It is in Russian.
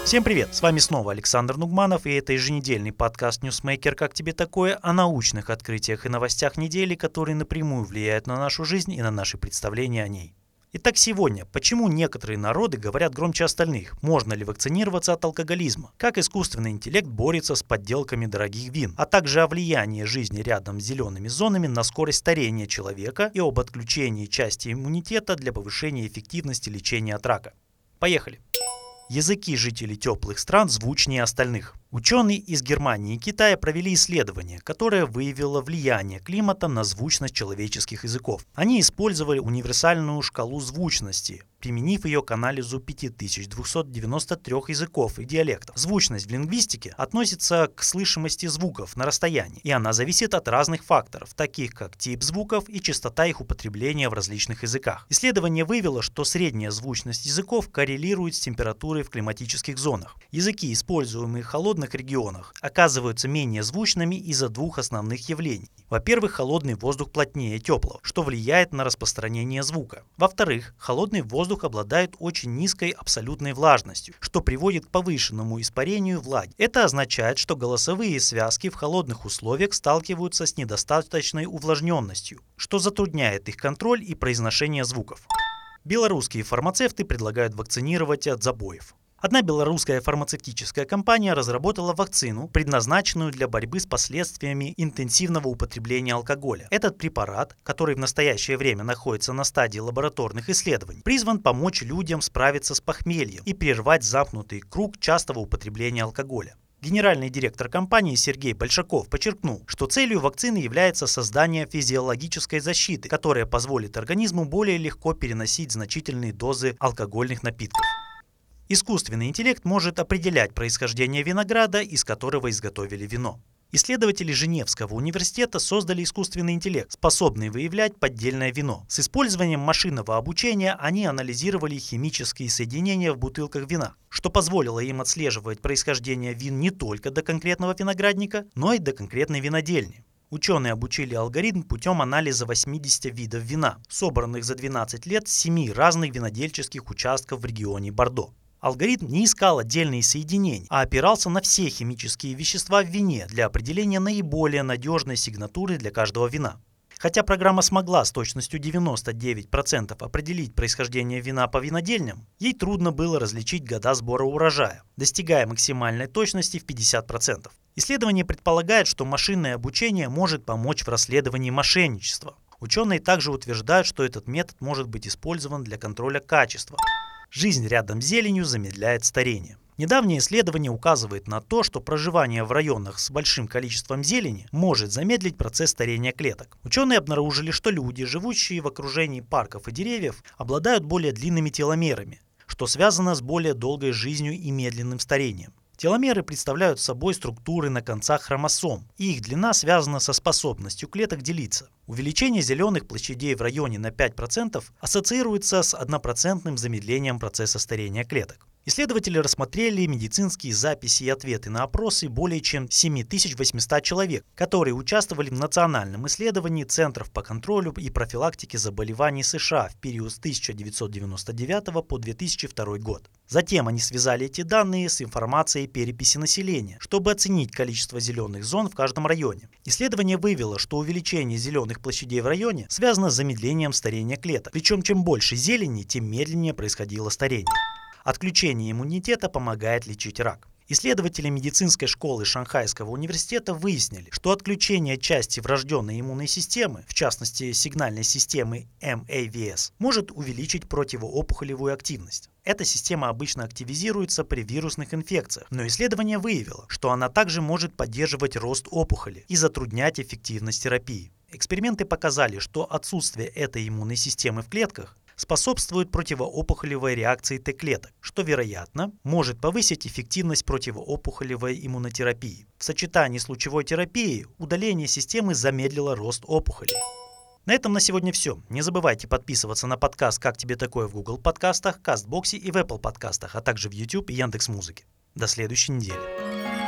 Всем привет! С вами снова Александр Нугманов, и это еженедельный подкаст «Ньюсмейкер. Как тебе такое?» о научных открытиях и новостях недели, которые напрямую влияют на нашу жизнь и на наши представления о ней. Итак, сегодня. Почему некоторые народы говорят громче остальных? Можно ли вакцинироваться от алкоголизма? Как искусственный интеллект борется с подделками дорогих вин? А также о влиянии жизни рядом с зелеными зонами на скорость старения человека и об отключении части иммунитета для повышения эффективности лечения от рака. Поехали! Языки жителей теплых стран звучнее остальных. Ученые из Германии и Китая провели исследование, которое выявило влияние климата на звучность человеческих языков. Они использовали универсальную шкалу звучности, применив ее к анализу 5293 языков и диалектов. Звучность в лингвистике относится к слышимости звуков на расстоянии, и она зависит от разных факторов, таких как тип звуков и частота их употребления в различных языках. Исследование выявило, что средняя звучность языков коррелирует с температурой в климатических зонах. Языки, используемые в холодных регионах, оказываются менее звучными из-за двух основных явлений. Во-первых, холодный воздух плотнее теплого, что влияет на распространение звука. Во-вторых, холодный воздух обладает очень низкой абсолютной влажностью, что приводит к повышенному испарению влаги. Это означает, что голосовые связки в холодных условиях сталкиваются с недостаточной увлажненностью, что затрудняет их контроль и произношение звуков. Белорусские фармацевты предлагают вакцинировать от забоев. Одна белорусская фармацевтическая компания разработала вакцину, предназначенную для борьбы с последствиями интенсивного употребления алкоголя. Этот препарат, который в настоящее время находится на стадии лабораторных исследований, призван помочь людям справиться с похмельем и прервать замкнутый круг частого употребления алкоголя. Генеральный директор компании Сергей Большаков подчеркнул, что целью вакцины является создание физиологической защиты, которая позволит организму более легко переносить значительные дозы алкогольных напитков. Искусственный интеллект может определять происхождение винограда, из которого изготовили вино. Исследователи Женевского университета создали искусственный интеллект, способный выявлять поддельное вино. С использованием машинного обучения они анализировали химические соединения в бутылках вина, что позволило им отслеживать происхождение вин не только до конкретного виноградника, но и до конкретной винодельни. Ученые обучили алгоритм путем анализа 80 видов вина, собранных за 12 лет с 7 разных винодельческих участков в регионе Бордо. Алгоритм не искал отдельные соединения, а опирался на все химические вещества в вине для определения наиболее надежной сигнатуры для каждого вина. Хотя программа смогла с точностью 99% определить происхождение вина по винодельням, ей трудно было различить года сбора урожая, достигая максимальной точности в 50%. Исследование предполагает, что машинное обучение может помочь в расследовании мошенничества. Ученые также утверждают, что этот метод может быть использован для контроля качества. Жизнь рядом с зеленью замедляет старение. Недавнее исследование указывает на то, что проживание в районах с большим количеством зелени может замедлить процесс старения клеток. Ученые обнаружили, что люди, живущие в окружении парков и деревьев, обладают более длинными теломерами, что связано с более долгой жизнью и медленным старением. Теломеры представляют собой структуры на концах хромосом, и их длина связана со способностью клеток делиться. Увеличение зеленых площадей в районе на 5% ассоциируется с 1% замедлением процесса старения клеток. Исследователи рассмотрели медицинские записи и ответы на опросы более чем 7800 человек, которые участвовали в национальном исследовании Центров по контролю и профилактике заболеваний США в период с 1999 по 2002 год. Затем они связали эти данные с информацией переписи населения, чтобы оценить количество зеленых зон в каждом районе. Исследование выявило, что увеличение зеленых площадей в районе связано с замедлением старения клеток. Причем чем больше зелени, тем медленнее происходило старение. Отключение иммунитета помогает лечить рак. Исследователи медицинской школы Шанхайского университета выяснили, что отключение части врожденной иммунной системы, в частности сигнальной системы MAVS, может увеличить противоопухолевую активность. Эта система обычно активизируется при вирусных инфекциях, но исследование выявило, что она также может поддерживать рост опухоли и затруднять эффективность терапии. Эксперименты показали, что отсутствие этой иммунной системы в клетках способствует противоопухолевой реакции Т-клеток, что, вероятно, может повысить эффективность противоопухолевой иммунотерапии. В сочетании с лучевой терапией удаление системы замедлило рост опухолей. На этом на сегодня все. Не забывайте подписываться на подкаст «Как тебе такое» в Google подкастах, Кастбоксе и в Apple подкастах, а также в YouTube и Яндекс.Музыке. До следующей недели.